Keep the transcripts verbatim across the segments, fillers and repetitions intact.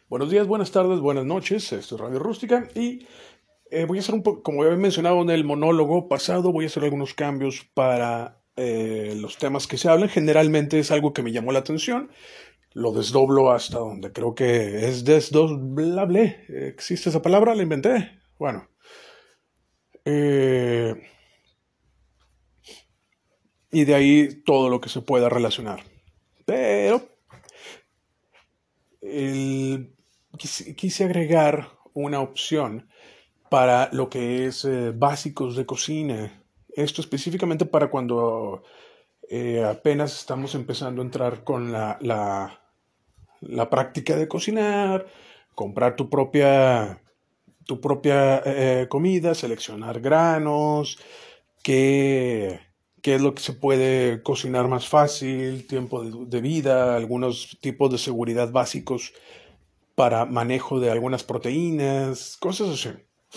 Buenos días, buenas tardes, buenas noches. Esto es Radio Rústica y eh, voy a hacer un poco, como había mencionado en el monólogo pasado, voy a hacer algunos cambios para eh, los temas que se hablan. Generalmente es algo que me llamó la atención. Lo desdoblo hasta donde creo que es desdoblable. ¿Existe esa palabra? ¿La inventé? Bueno. eh, y de ahí todo lo que se pueda relacionar. Pero el- quise, quise agregar una opción para lo que es eh, básicos de cocina. Esto específicamente para cuando eh, apenas estamos empezando a entrar con la, la, la práctica de cocinar, comprar tu propia, tu propia eh, comida, seleccionar granos, qué, qué es lo que se puede cocinar más fácil, tiempo de, de vida, algunos tipos de seguridad básicos para manejo de algunas proteínas, cosas así.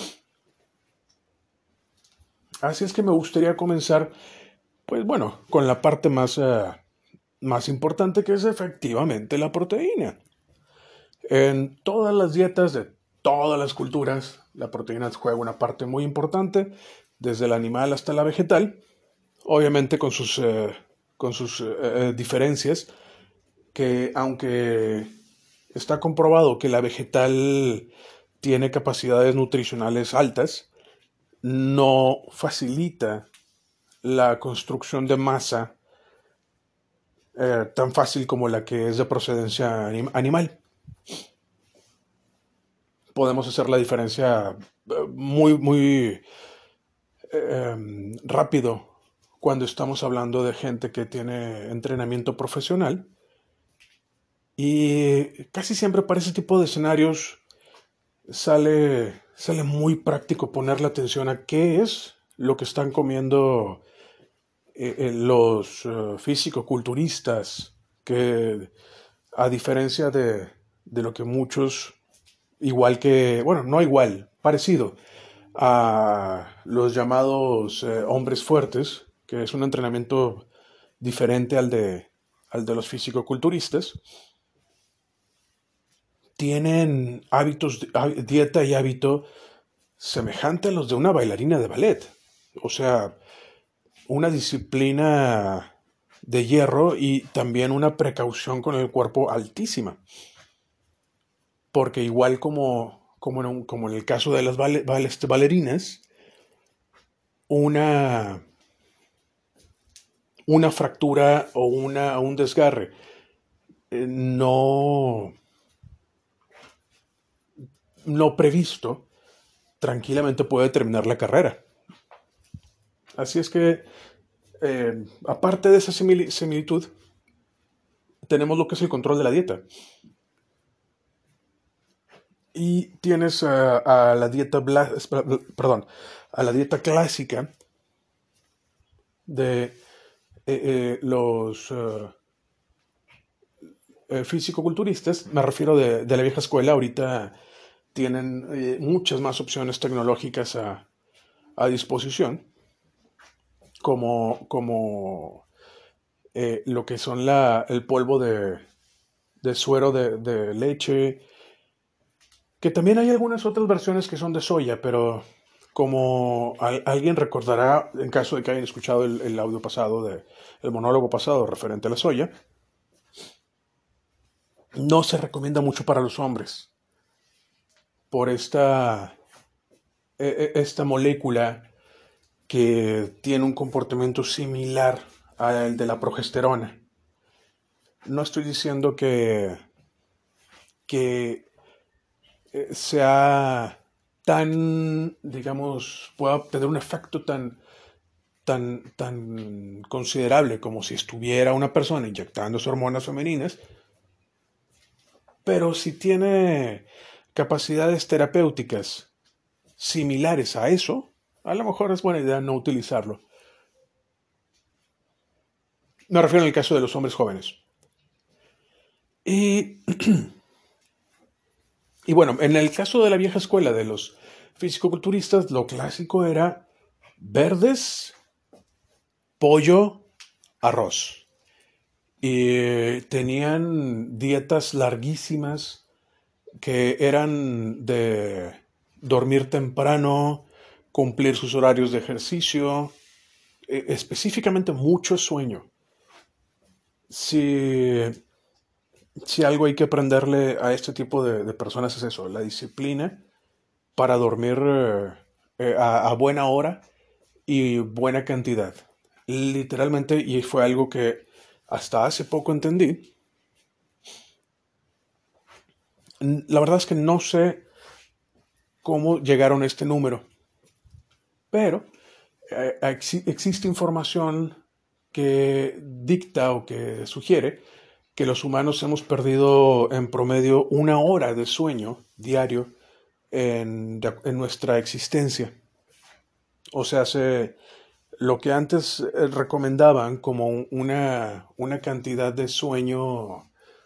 Así es que me gustaría comenzar, pues bueno, con la parte más, eh, más importante que es efectivamente la proteína. En todas las dietas de todas las culturas, la proteína juega una parte muy importante, desde el animal hasta la vegetal, obviamente con sus, eh, con sus eh, eh, diferencias, que aunque está comprobado que la vegetal tiene capacidades nutricionales altas, no facilita la construcción de masa eh, tan fácil como la que es de procedencia anim animal. Podemos hacer la diferencia eh, muy, muy eh, rápido cuando estamos hablando de gente que tiene entrenamiento profesional. Y casi siempre para ese tipo de escenarios sale, sale muy práctico ponerle atención a qué es lo que están comiendo eh, eh, los uh, físico-culturistas, que a diferencia de, de lo que muchos, igual que, bueno, no igual, parecido a los llamados eh, hombres fuertes, que es un entrenamiento diferente al de, al de los físico-culturistas, tienen hábitos, dieta y hábito semejante a los de una bailarina de ballet. O sea, una disciplina de hierro y también una precaución con el cuerpo altísima. Porque igual como, como, en, un, como en el caso de las bale, bailarinas, una, una fractura o una, un desgarre eh, no, no previsto tranquilamente puede terminar la carrera. Así es que, eh, aparte de esa similitud, tenemos lo que es el control de la dieta. Y tienes a, a la dieta bla, perdón, a la dieta clásica de eh, eh, los uh, eh, físico-culturistas, me refiero de, de, la vieja escuela, ahorita tienen eh, muchas más opciones tecnológicas a, a disposición, como, como eh, lo que son la, el polvo de, de suero de, de leche, que también hay algunas otras versiones que son de soya, pero como al, alguien recordará, en caso de que hayan escuchado el, el audio pasado, de, el monólogo pasado referente a la soya, no se recomienda mucho para los hombres por esta, esta molécula que tiene un comportamiento similar al de la progesterona. No estoy diciendo que, que sea tan, digamos, pueda tener un efecto tan, tan, tan considerable como si estuviera una persona inyectándose hormonas femeninas, pero si tiene capacidades terapéuticas similares a eso, a lo mejor es buena idea no utilizarlo. Me refiero en el caso de los hombres jóvenes. Y, y bueno, en el caso de la vieja escuela de los fisicoculturistas, lo clásico era verdes, pollo, arroz. Y tenían dietas larguísimas que eran de dormir temprano, cumplir sus horarios de ejercicio, eh, específicamente mucho sueño. Si, si algo hay que aprenderle a este tipo de, de personas es eso, la disciplina para dormir eh, eh, a, a buena hora y buena cantidad. Literalmente, y fue algo que hasta hace poco entendí. La verdad es que no sé cómo llegaron a este número, pero eh, ex- existe información que dicta o que sugiere que los humanos hemos perdido en promedio una hora de sueño diario en, en nuestra existencia. O sea, se, lo que antes eh, recomendaban como una, una cantidad de sueño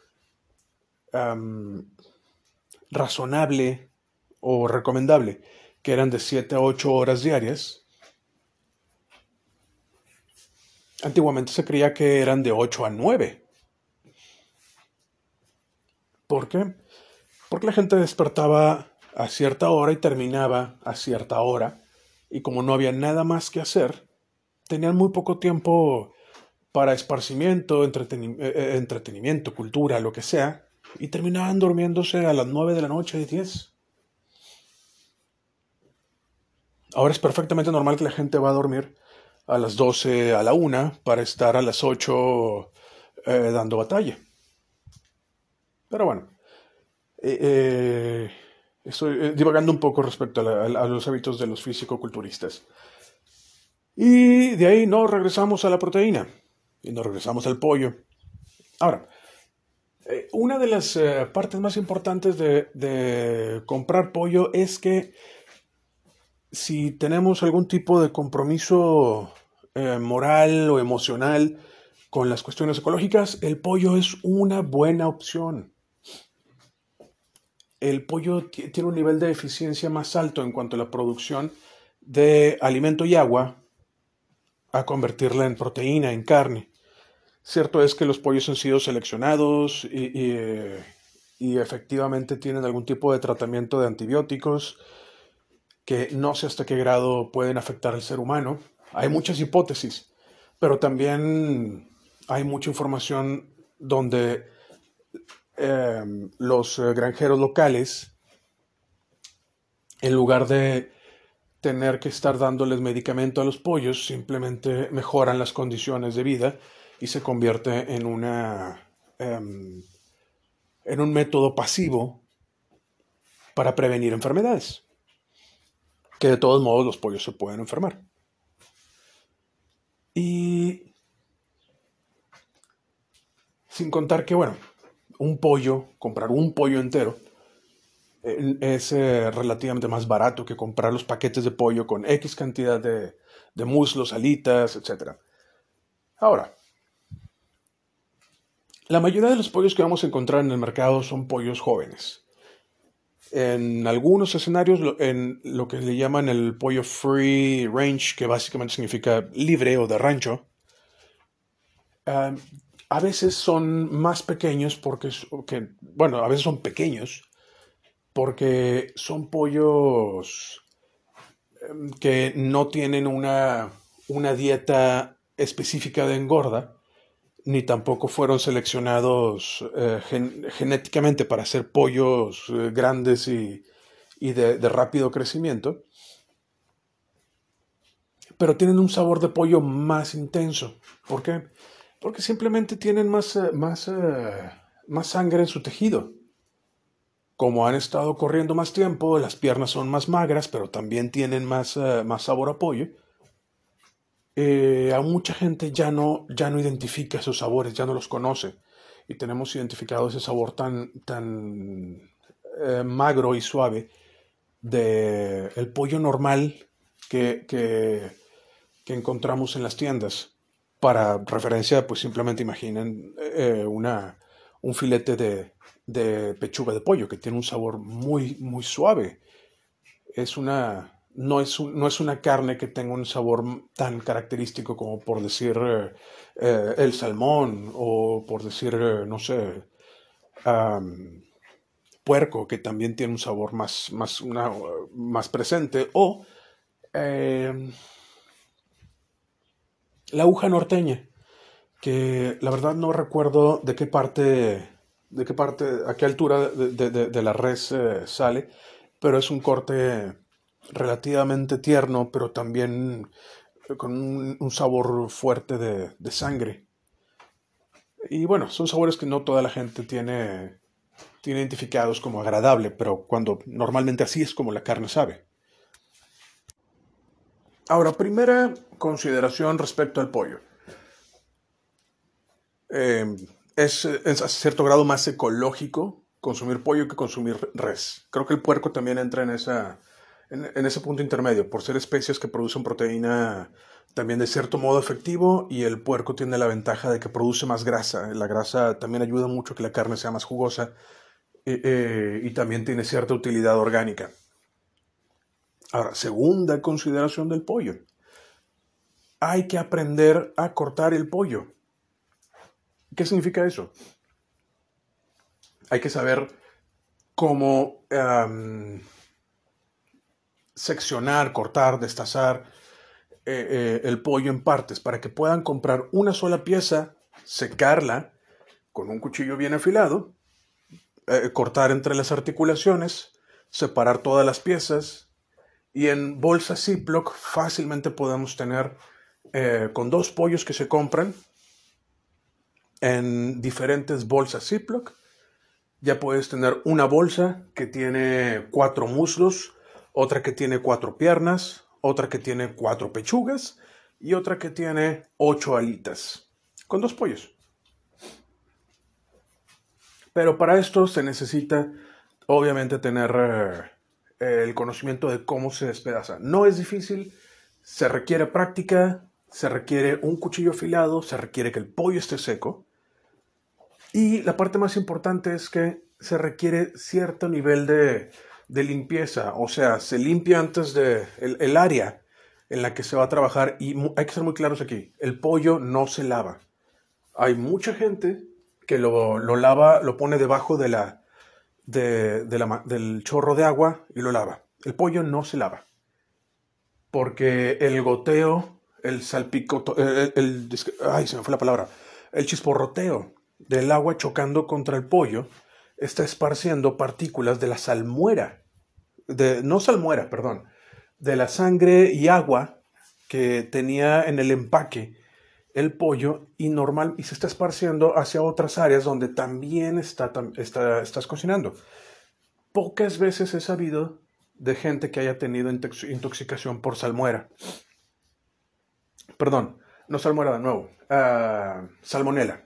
am, razonable o recomendable, que eran de siete a ocho horas diarias, antiguamente se creía que eran de ocho a nueve. ¿Por qué? Porque la gente despertaba a cierta hora y terminaba a cierta hora, y como no había nada más que hacer, tenían muy poco tiempo para esparcimiento, entreteni- eh, eh, entretenimiento, cultura, lo que sea, y terminaban durmiéndose a las nueve de la noche y diez. Ahora es perfectamente normal que la gente va a dormir a las doce, a la una, para estar a las ocho eh, dando batalla. Pero bueno, eh, eh, estoy eh, divagando un poco respecto a, la- a los hábitos de los físico-culturistas. Y de ahí nos regresamos a la proteína y nos regresamos al pollo. Ahora, eh, una de las eh, partes más importantes de, de comprar pollo es que si tenemos algún tipo de compromiso eh, moral o emocional con las cuestiones ecológicas, el pollo es una buena opción. El pollo t- tiene un nivel de eficiencia más alto en cuanto a la producción de alimento y agua a convertirla en proteína, en carne. Cierto es que los pollos han sido seleccionados y, y, eh, y efectivamente tienen algún tipo de tratamiento de antibióticos que no sé hasta qué grado pueden afectar al ser humano. Hay muchas hipótesis, pero también hay mucha información donde eh, los eh, granjeros locales, en lugar de tener que estar dándoles medicamento a los pollos, simplemente mejoran las condiciones de vida y se convierte en una um, en un método pasivo para prevenir enfermedades, que de todos modos los pollos se pueden enfermar. Y sin contar que, bueno, un pollo, comprar un pollo entero, eh, es eh, relativamente más barato que comprar los paquetes de pollo con X cantidad de, de muslos, alitas, etcétera. Ahora, la mayoría de los pollos que vamos a encontrar en el mercado son pollos jóvenes. En algunos escenarios, en lo que le llaman el pollo free range, que básicamente significa libre o de rancho, uh, a veces son más pequeños porque, que, bueno, a veces son pequeños porque son pollos que no tienen una, una dieta específica de engorda, ni tampoco fueron seleccionados eh, gen, genéticamente para ser pollos eh, grandes y, y de, de, rápido crecimiento, pero tienen un sabor de pollo más intenso. ¿Por qué? Porque simplemente tienen más, eh, más, eh, más sangre en su tejido. Como han estado corriendo más tiempo, las piernas son más magras, pero también tienen más, uh, más sabor a pollo. Eh, a mucha gente ya no, ya no identifica esos sabores, ya no los conoce. Y tenemos identificado ese sabor tan, tan eh, magro y suave de el pollo normal que, que, que encontramos en las tiendas. Para referencia, pues simplemente imaginen eh, una, un filete de, de pechuga de pollo que tiene un sabor muy, muy suave. Es una, no, es un, no es una carne que tenga un sabor tan característico como por decir eh, eh, el salmón o por decir, eh, no sé, um, puerco, que también tiene un sabor más, más, una, más presente, o eh, la aguja norteña, que la verdad no recuerdo de qué parte, de qué parte, a qué altura de, de, de, de la res eh, sale, pero es un corte relativamente tierno, pero también con un, un sabor fuerte de, de sangre. Y bueno, son sabores que no toda la gente tiene, tiene identificados como agradable, pero cuando normalmente así es como la carne sabe. Ahora, primera consideración respecto al pollo. Eh, es, es a cierto grado más ecológico consumir pollo que consumir res. Creo que el puerco también entra en, esa, en, en ese punto intermedio, por ser especies que producen proteína también de cierto modo efectivo, y el puerco tiene la ventaja de que produce más grasa. La grasa también ayuda mucho a que la carne sea más jugosa, eh, eh, y también tiene cierta utilidad orgánica. Ahora, segunda consideración del pollo. Hay que aprender a cortar el pollo. ¿Qué significa eso? Hay que saber cómo um, seccionar, cortar, destazar eh, eh, el pollo en partes para que puedan comprar una sola pieza, secarla con un cuchillo bien afilado, eh, cortar entre las articulaciones, separar todas las piezas, y en bolsas Ziploc fácilmente podemos tener eh, con dos pollos que se compran en diferentes bolsas Ziploc. Ya puedes tener una bolsa que tiene cuatro muslos, otra que tiene cuatro piernas, otra que tiene cuatro pechugas y otra que tiene ocho alitas, con dos pollos. Pero para esto se necesita, obviamente, tener eh, el conocimiento de cómo se despedaza. No es difícil, se requiere práctica, se requiere un cuchillo afilado, se requiere que el pollo esté seco. Y la parte más importante es que se requiere cierto nivel de, de limpieza. O sea, se limpia antes de el, el área en la que se va a trabajar. Y mu- hay que ser muy claros aquí. El pollo no se lava. Hay mucha gente que lo, lo lava, lo pone debajo de la, de, de la ma- del chorro de agua y lo lava. El pollo no se lava. Porque el goteo, el salpicoto, el, el- el- ay, se me fue la palabra, el chisporroteo del agua chocando contra el pollo está esparciendo partículas de la salmuera, de, no salmuera, perdón, de la sangre y agua que tenía en el empaque el pollo, y normal, y se está esparciendo hacia otras áreas donde también está, tam- está- estás cocinando. Pocas veces he sabido de gente que haya tenido intox- intoxicación por salmuera. Perdón, no salmuera de nuevo, uh, salmonela.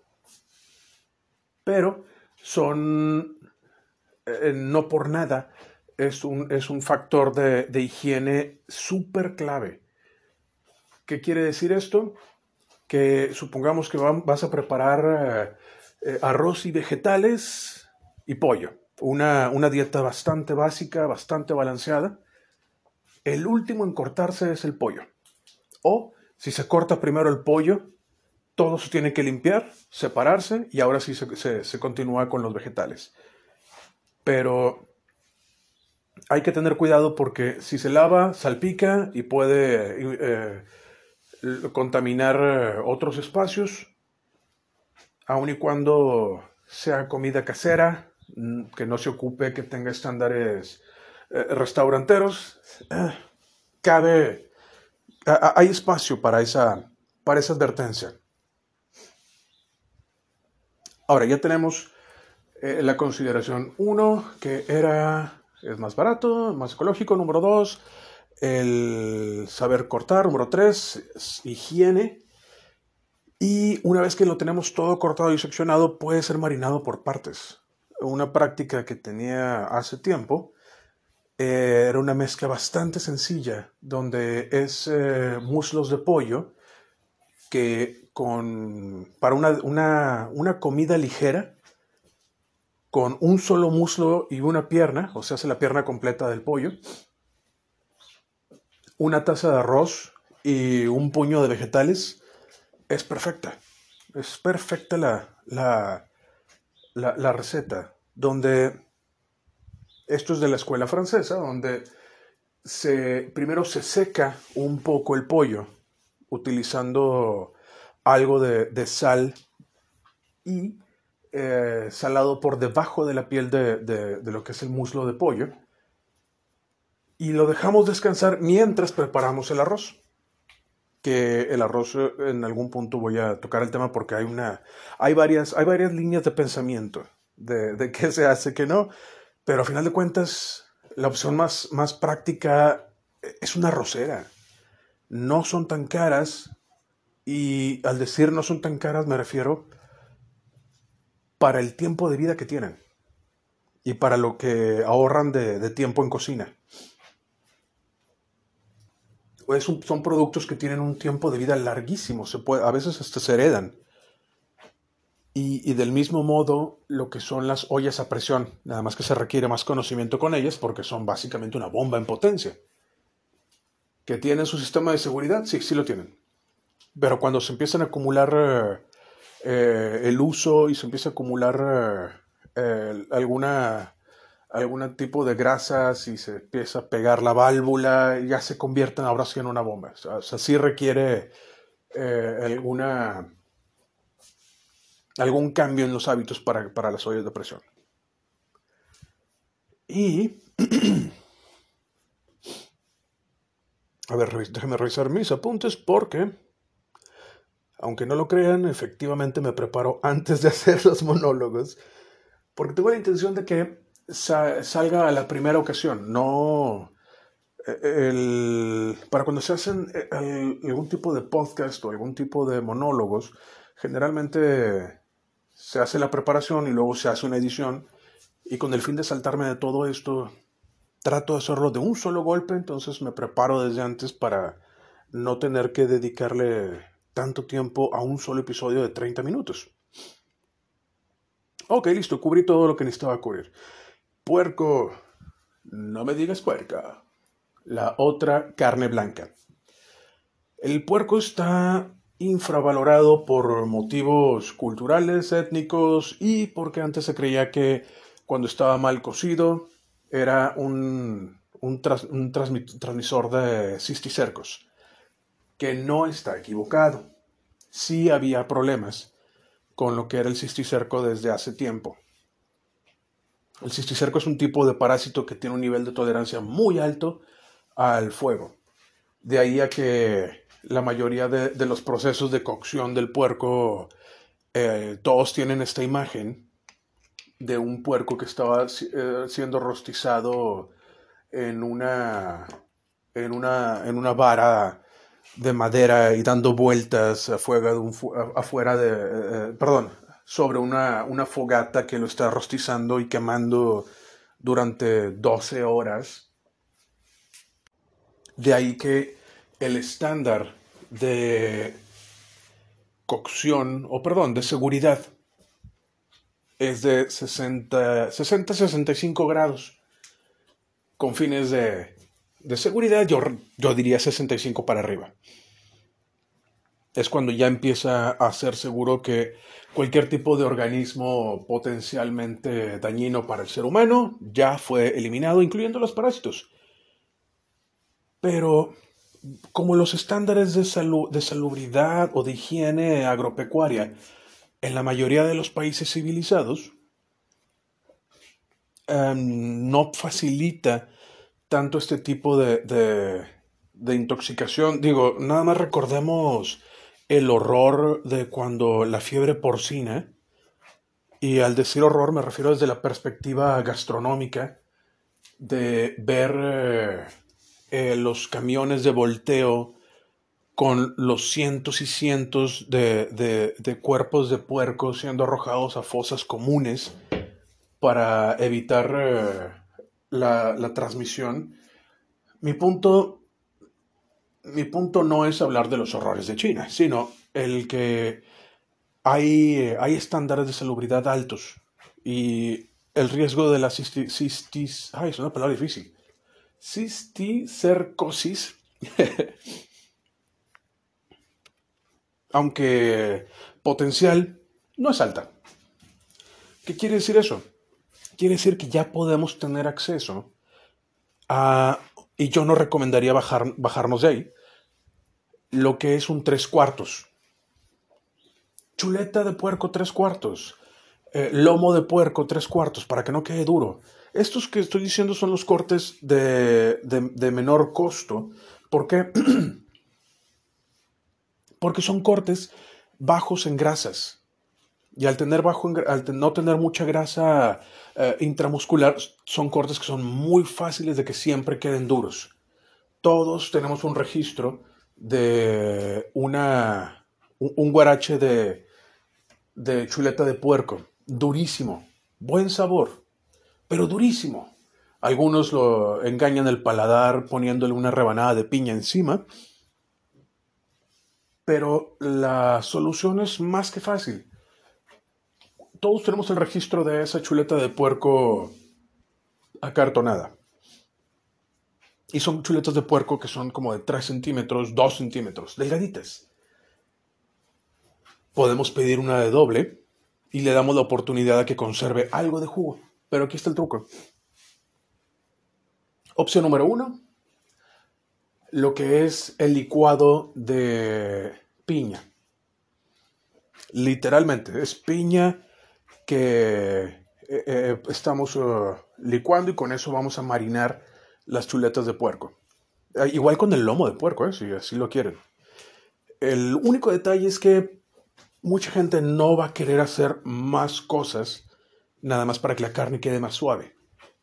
Pero son, eh, no por nada, es un, es un factor de, de higiene súper clave. ¿Qué quiere decir esto? Que supongamos que vas a preparar eh, eh, arroz y vegetales y pollo. Una, una dieta bastante básica, bastante balanceada. El último en cortarse es el pollo. O si se corta primero el pollo, todo se tiene que limpiar, separarse, y ahora sí se, se, se continúa con los vegetales. Pero hay que tener cuidado porque si se lava, salpica y puede eh, contaminar eh, otros espacios, aun y cuando sea comida casera, que no se ocupe, que tenga estándares eh, restauranteros. Eh, cabe, a, hay espacio para esa, para esa advertencia. Ahora ya tenemos eh, la consideración uno, que era, es más barato, más ecológico. Número dos, el saber cortar. Número tres, higiene. Y una vez que lo tenemos todo cortado y seccionado, puede ser marinado por partes. Una práctica que tenía hace tiempo eh, era una mezcla bastante sencilla, donde es eh, muslos de pollo que con, para una, una, una comida ligera, con un solo muslo y una pierna, o sea, hace la pierna completa del pollo, una taza de arroz y un puño de vegetales, es perfecta. Es perfecta la, la, la, la receta, donde Esto es de la escuela francesa, donde se, primero se seca un poco el pollo utilizando algo de, de sal y eh, salado por debajo de la piel de, de, de lo que es el muslo de pollo. Y lo dejamos descansar mientras preparamos el arroz. Que el arroz eh, en algún punto voy a tocar el tema porque hay una hay varias hay varias líneas de pensamiento de, de qué se hace, qué no, pero a final de cuentas la opción más, más práctica es una arrocera. No son tan caras y al decir no son tan caras me refiero para el tiempo de vida que tienen y para lo que ahorran de, de tiempo en cocina. Es un- son productos que tienen un tiempo de vida larguísimo, se puede, a veces hasta se heredan. Y, y del mismo modo, lo que son las ollas a presión, nada más que se requiere más conocimiento con ellas porque son básicamente una bomba en potencia. ¿Que tienen su sistema de seguridad? Sí, sí lo tienen. Pero cuando se empiezan a acumular eh, eh, el uso y se empieza a acumular eh, eh, alguna, algún tipo de grasas y se empieza a pegar la válvula, ya se convierten ahora sí en una bomba. O sea, o sea, sí requiere eh, alguna, algún cambio en los hábitos para, para las ollas de presión. Y, a ver, déjenme revisar mis apuntes porque, aunque no lo crean, efectivamente me preparo antes de hacer los monólogos, porque tengo la intención de que sa salga a la primera ocasión, no el, para cuando se hacen el, algún tipo de podcast o algún tipo de monólogos, generalmente se hace la preparación y luego se hace una edición y con el fin de saltarme de todo esto, trato de hacerlo de un solo golpe, entonces me preparo desde antes para no tener que dedicarle tanto tiempo a un solo episodio de treinta minutos. Ok, listo, cubrí todo lo que necesitaba cubrir. Puerco, no me digas puerca. La otra carne blanca. El puerco está infravalorado por motivos culturales, étnicos y porque antes se creía que cuando estaba mal cocido era un, un, tras, un transmisor de cisticercos, que no está equivocado. Sí había problemas con lo que era el cisticerco desde hace tiempo. El cisticerco es un tipo de parásito que tiene un nivel de tolerancia muy alto al fuego. De ahí a que la mayoría de, de los procesos de cocción del puerco, eh, todos tienen esta imagen de un puerco que estaba eh, siendo rostizado en una, en una, en una vara de madera y dando vueltas afuera de, un, afuera de eh, perdón, sobre una, una fogata que lo está rostizando y quemando durante doce horas. De ahí que el estándar de cocción, o perdón, de seguridad es de sesenta, sesenta sesenta y cinco grados. Con fines de, de seguridad, yo, yo diría sesenta y cinco para arriba. Es cuando ya empieza a ser seguro que cualquier tipo de organismo potencialmente dañino para el ser humano ya fue eliminado, incluyendo los parásitos. Pero como los estándares de, salud, de salubridad o de higiene agropecuaria en la mayoría de los países civilizados um, no facilita tanto este tipo de, de, de intoxicación. Digo, nada más recordemos el horror de cuando la fiebre porcina, y al decir horror me refiero desde la perspectiva gastronómica, de ver eh, eh, los camiones de volteo con los cientos y cientos de, de, de cuerpos de puercos siendo arrojados a fosas comunes para evitar eh, la, la transmisión. Mi punto mi punto no es hablar de los horrores de China, sino el que hay, eh, hay estándares de salubridad altos y el riesgo de la cistis, cistis ay, es una palabra difícil, cisticercosis, aunque potencial, no es alta. ¿Qué quiere decir eso? quiere decir que ya podemos tener acceso a, y yo no recomendaría bajar, bajarnos de ahí, lo que es un tres cuartos. Chuleta de puerco tres cuartos. Eh, lomo de puerco tres cuartos, para que no quede duro. Estos que estoy diciendo son los cortes de, de, de menor costo. ¿Por qué? Porque son cortes bajos en grasas. Y al, tener bajo en, al no tener mucha grasa eh, intramuscular, son cortes que son muy fáciles de que siempre queden duros. Todos tenemos un registro de una, un, un guarache de, de chuleta de puerco. Durísimo. Buen sabor, pero durísimo. Algunos lo engañan el paladar poniéndole una rebanada de piña encima. Pero la solución es más que fácil. Todos tenemos el registro de esa chuleta de puerco acartonada. Y son chuletas de puerco que son como de tres centímetros, dos centímetros, delgaditas. Podemos pedir una de doble y le damos la oportunidad a que conserve algo de jugo. Pero aquí está el truco. Opción número uno, lo que es el licuado de piña. Literalmente, es piña que eh, eh, estamos uh, licuando y con eso vamos a marinar las chuletas de puerco. Eh, igual con el lomo de puerco, eh, si así lo quieren. El único detalle es que mucha gente no va a querer hacer más cosas nada más para que la carne quede más suave.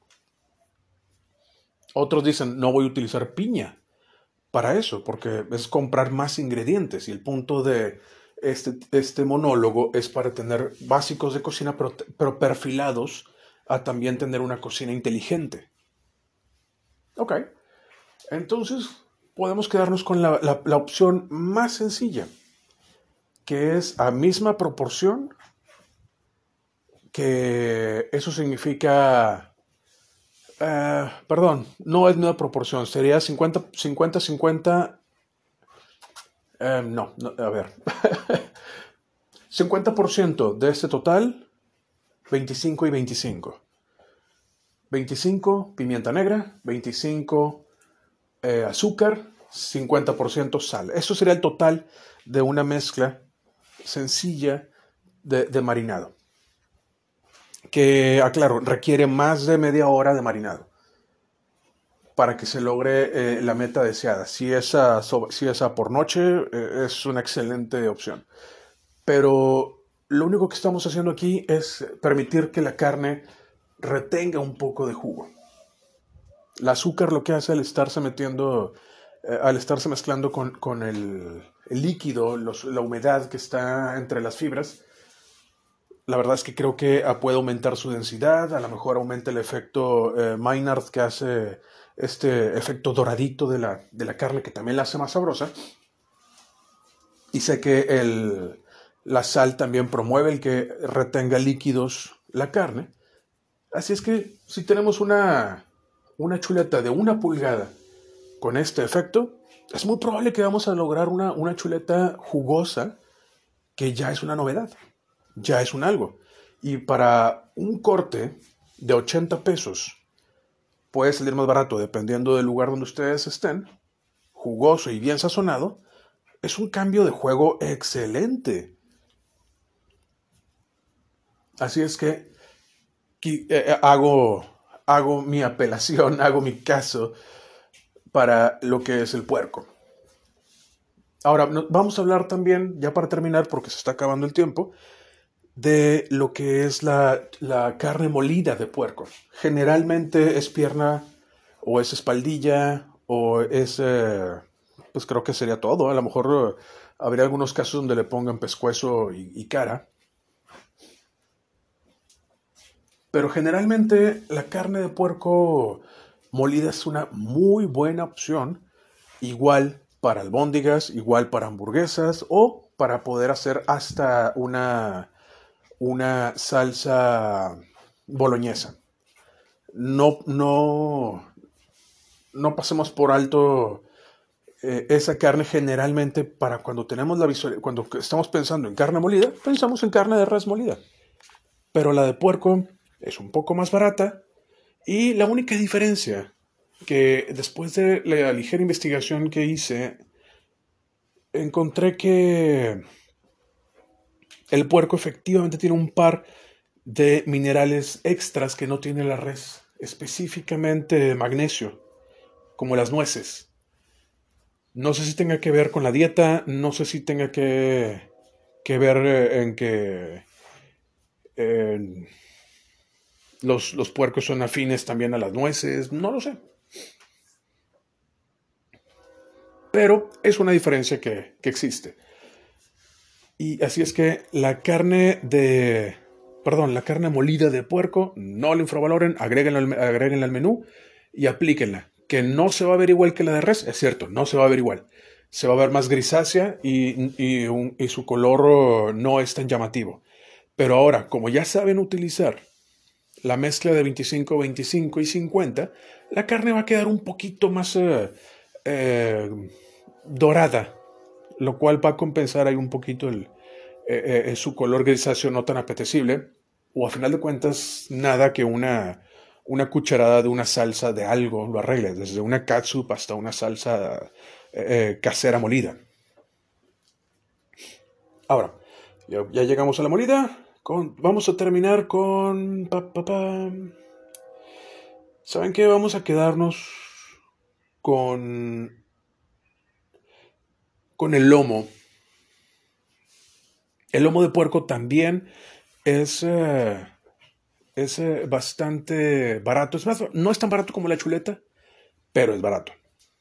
Otros dicen, no voy a utilizar piña para eso, porque es comprar más ingredientes y el punto de este, este monólogo es para tener básicos de cocina, pero, pero perfilados a también tener una cocina inteligente. Ok, entonces podemos quedarnos con la, la, la opción más sencilla, que es a misma proporción, que eso significa... Uh, perdón, no es misma proporción, sería cincuenta cincuenta. Eh, no, no, a ver. cincuenta por ciento de este total, veinticinco y veinticinco. veinticinco pimienta negra, veinticinco eh, azúcar, cincuenta por ciento sal. Eso sería el total de una mezcla sencilla de, de marinado. Que, aclaro, requiere más de media hora de marinado para que se logre eh, la meta deseada. Si esa, si esa por noche eh, es una excelente opción. Pero lo único que estamos haciendo aquí es permitir que la carne retenga un poco de jugo. El azúcar lo que hace al estarse metiendo, eh, al estarse mezclando con, con el, el líquido, los, la humedad que está entre las fibras, la verdad es que creo que puede aumentar su densidad, a lo mejor aumenta el efecto eh, Maynard que hace este efecto doradito de la, de la carne que también la hace más sabrosa. Y sé que el, la sal también promueve el que retenga líquidos la carne. Así es que si tenemos una, una chuleta de una pulgada con este efecto, es muy probable que vamos a lograr una, una chuleta jugosa que ya es una novedad, ya es un algo. Y para un corte de ochenta pesos puede salir más barato dependiendo del lugar donde ustedes estén, jugoso y bien sazonado, es un cambio de juego excelente. Así es que eh, hago, hago mi apelación, hago mi caso para lo que es el puerco. Ahora, vamos a hablar también, ya para terminar, porque se está acabando el tiempo, de lo que es la, la carne molida de puerco. Generalmente es pierna o es espaldilla o es, eh, pues creo que sería todo. A lo mejor eh, habría algunos casos donde le pongan pescuezo y, y cara. Pero generalmente la carne de puerco molida es una muy buena opción, igual para albóndigas, igual para hamburguesas o para poder hacer hasta una, una salsa boloñesa. No, no, no pasemos por alto eh, esa carne generalmente para cuando tenemos la visual, cuando estamos pensando en carne molida, pensamos en carne de res molida. Pero la de puerco es un poco más barata y la única diferencia que después de la ligera investigación que hice, encontré que el puerco efectivamente tiene un par de minerales extras que no tiene la res, específicamente magnesio, como las nueces. No sé si tenga que ver con la dieta, no sé si tenga que, que ver eh, en que eh, los, los puercos son afines también a las nueces, no lo sé. Pero es una diferencia que, que existe. Y así es que la carne de, perdón, la carne molida de puerco, no la infravaloren, agréguenla, al- agréguenla al menú y aplíquenla. Que no se va a ver igual que la de res, es cierto, no se va a ver igual. Se va a ver más grisácea y, y, un- y su color oh, no es tan llamativo. Pero ahora, como ya saben utilizar la mezcla de veinticinco, veinticinco y cincuenta, la carne va a quedar un poquito más eh, eh, dorada, lo cual va a compensar ahí un poquito el, eh, eh, su color grisáceo no tan apetecible, o a final de cuentas, nada que una, una cucharada de una salsa de algo lo arregle, desde una catsup hasta una salsa eh, eh, casera molida. Ahora, ya, ya llegamos a la molida. Con, vamos a terminar con... Pa, pa, pa. ¿Saben qué? Vamos a quedarnos con, con el lomo. El lomo de puerco también es, eh, es eh, bastante barato. Es más, no es tan barato como la chuleta, pero es barato.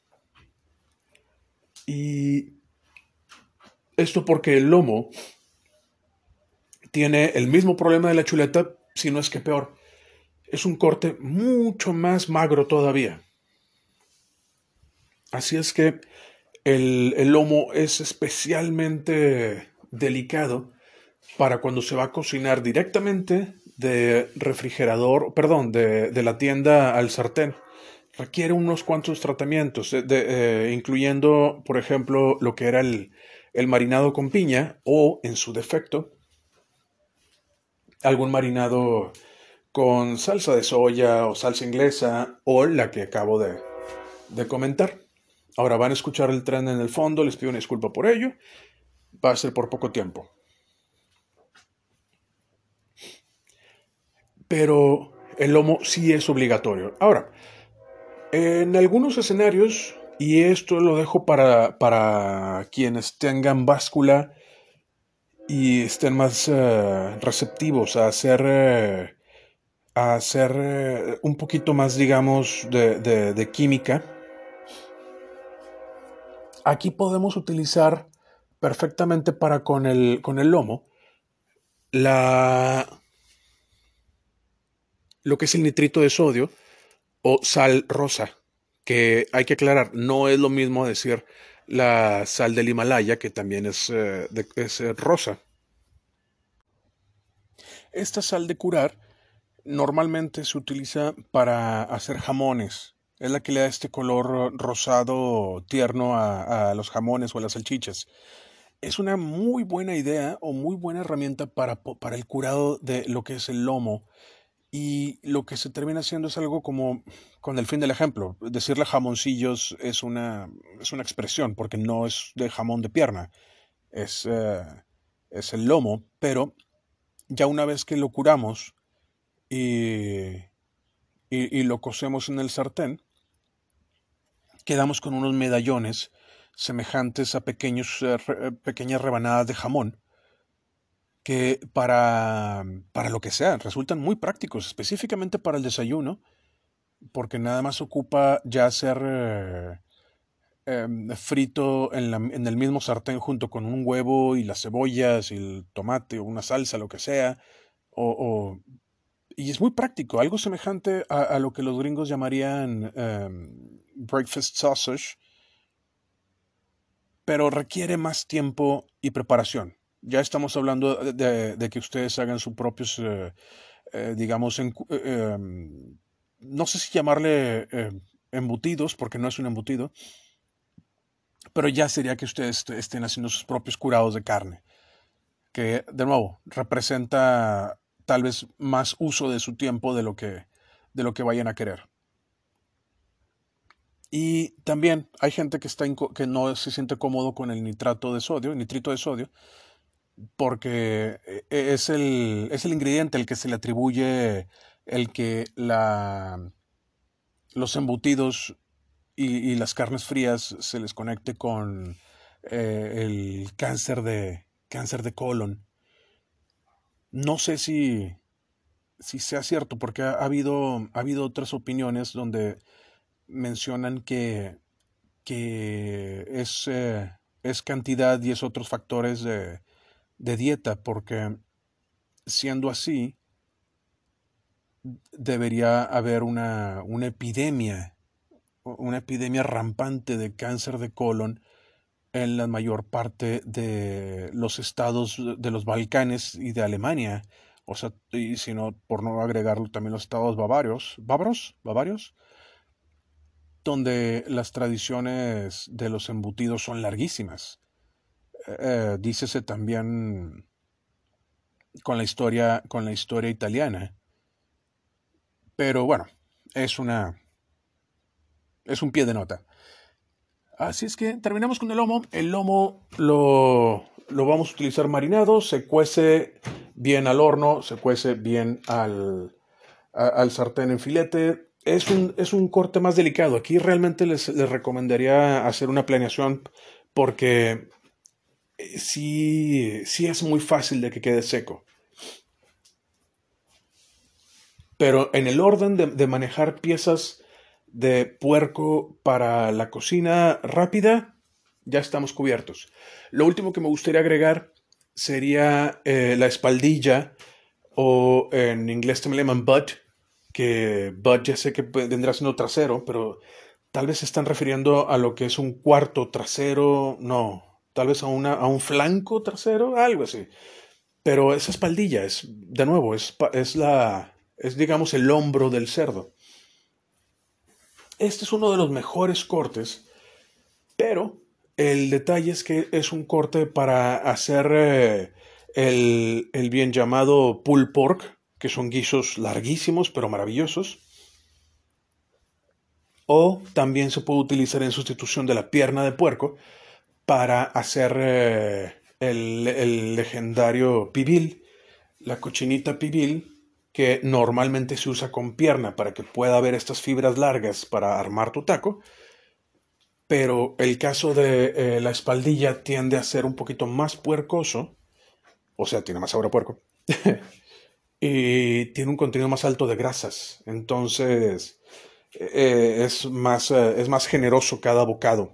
Y esto porque el lomo tiene el mismo problema de la chuleta, si no es que peor. Es un corte mucho más magro todavía. Así es que el, el lomo es especialmente delicado para cuando se va a cocinar directamente de refrigerador, perdón, de, de la tienda al sartén. Requiere unos cuantos tratamientos, de, de, eh, incluyendo, por ejemplo, lo que era el, el marinado con piña o, en su defecto, algún marinado con salsa de soya o salsa inglesa o la que acabo de, de comentar. Ahora van a escuchar el tren en el fondo, les pido una disculpa por ello, va a ser por poco tiempo. Pero el lomo sí es obligatorio. Ahora, en algunos escenarios, y esto lo dejo para, para quienes tengan báscula y estén más uh, receptivos a hacer, uh, a hacer uh, un poquito más, digamos, de, de, de química, aquí podemos utilizar perfectamente para con el, con el lomo la, lo que es el nitrito de sodio o sal rosa, que hay que aclarar, no es lo mismo decir la sal del Himalaya, que también es, eh, de, es eh, rosa. Esta sal de curar normalmente se utiliza para hacer jamones. Es la que le da este color rosado tierno a, a los jamones o a las salchichas. Es una muy buena idea o muy buena herramienta para, para el curado de lo que es el lomo. Y lo que se termina haciendo es algo como, con el fin del ejemplo, decirle jamoncillos es una, es una expresión, porque no es de jamón de pierna, es, eh, es el lomo, pero ya una vez que lo curamos y, y, y lo cocemos en el sartén, quedamos con unos medallones semejantes a pequeños, eh, re- pequeñas rebanadas de jamón que para, para lo que sea resultan muy prácticos, específicamente para el desayuno, porque nada más ocupa ya ser eh, em, frito en, la- en el mismo sartén junto con un huevo y las cebollas y el tomate o una salsa, lo que sea, o, o- y es muy práctico, algo semejante a, a lo que los gringos llamarían em, breakfast sausage, pero requiere más tiempo y preparación. Ya estamos hablando de, de- de que ustedes hagan sus propios, eh, eh, digamos, en- eh, em, no sé si llamarle eh, embutidos, porque no es un embutido, pero ya sería que ustedes estén haciendo sus propios curados de carne, que de nuevo representa tal vez más uso de su tiempo de lo que, de lo que vayan a querer. Y también hay gente que, está que no se siente cómodo con el nitrato de sodio, nitrito de sodio, porque es el, es el ingrediente el que se le atribuye el que la, los embutidos y, y las carnes frías se les conecte con eh, el cáncer de, cáncer de colon. No sé si, si sea cierto, porque ha, ha, habido, ha habido otras opiniones donde mencionan que, que es, eh, es cantidad y es otros factores de, de dieta, porque siendo así, debería haber una, una epidemia, una epidemia rampante de cáncer de colon en la mayor parte de los estados de los Balcanes y de Alemania. O sea, y si no, por no agregarlo también los estados bavarios, bávaros, bavarios, donde las tradiciones de los embutidos son larguísimas. Eh, dícese también con la historia, con la historia italiana. Pero bueno, es una, es un pie de nota. Así es que terminamos con el lomo. El lomo lo, lo vamos a utilizar marinado, se cuece bien al horno, se cuece bien al, a, al sartén en filete. Es un, es un corte más delicado. Aquí realmente les, les recomendaría hacer una planeación porque sí, sí es muy fácil de que quede seco. Pero en el orden de, de manejar piezas de puerco para la cocina rápida, ya estamos cubiertos. Lo último que me gustaría agregar sería eh, la espaldilla, o en inglés también le llaman butt, que butt ya sé que vendrá siendo trasero, pero tal vez se están refiriendo a lo que es un cuarto trasero, no, tal vez a, una, a un flanco trasero, algo así. Pero esa espaldilla es, de nuevo, es, es la, es digamos el hombro del cerdo. Este es uno de los mejores cortes, pero el detalle es que es un corte para hacer eh, el, el bien llamado pulled pork, que son guisos larguísimos pero maravillosos. O también se puede utilizar en sustitución de la pierna de puerco para hacer eh, el, el legendario pibil, la cochinita pibil, que normalmente se usa con pierna para que pueda haber estas fibras largas para armar tu taco. Pero el caso de eh, la espaldilla tiende a ser un poquito más puercoso, o sea, tiene más sabor a puerco, y tiene un contenido más alto de grasas. Entonces, eh, es, más, eh, es más generoso cada bocado.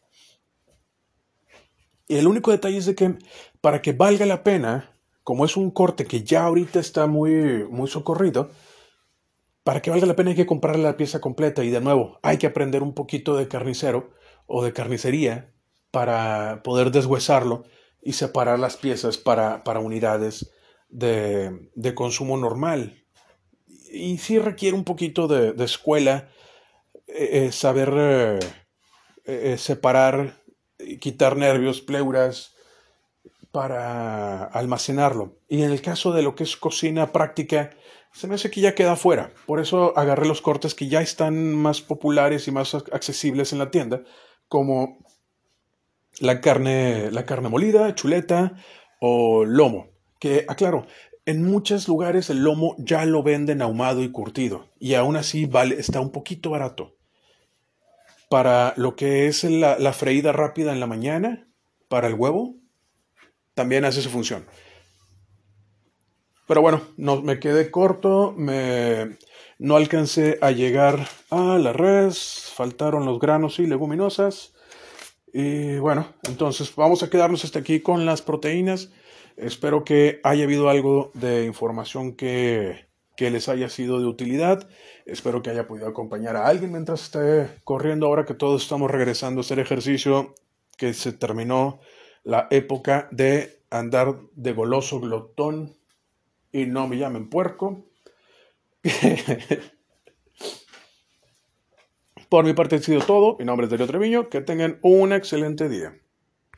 Y el único detalle es de que para que valga la pena, como es un corte que ya ahorita está muy, muy socorrido, para que valga la pena hay que comprarle la pieza completa. Y de nuevo, hay que aprender un poquito de carnicero o de carnicería para poder deshuesarlo y separar las piezas para, para unidades de, de consumo normal. Y sí requiere un poquito de, de escuela, eh, saber eh, eh, separar, quitar nervios, pleuras, para almacenarlo. Y en el caso de lo que es cocina práctica, se me hace que ya queda fuera. Por eso agarré los cortes que ya están más populares y más accesibles en la tienda, como la carne, la carne molida, chuleta o lomo. Que, aclaro, en muchos lugares el lomo ya lo venden ahumado y curtido, y aún así vale, está un poquito barato. Para lo que es la, la freída rápida en la mañana, para el huevo, también hace su función. Pero bueno, no, me quedé corto, me, no alcancé a llegar a la res, faltaron los granos y leguminosas. Y bueno, entonces vamos a quedarnos hasta aquí con las proteínas. Espero que haya habido algo de información que, que les haya sido de utilidad. Espero que haya podido acompañar a alguien mientras esté corriendo ahora que todos estamos regresando a hacer ejercicio, que se terminó la época de andar de goloso glotón y no me llamen puerco. Por mi parte ha sido todo. Mi nombre es Darío Treviño. Que tengan un excelente día.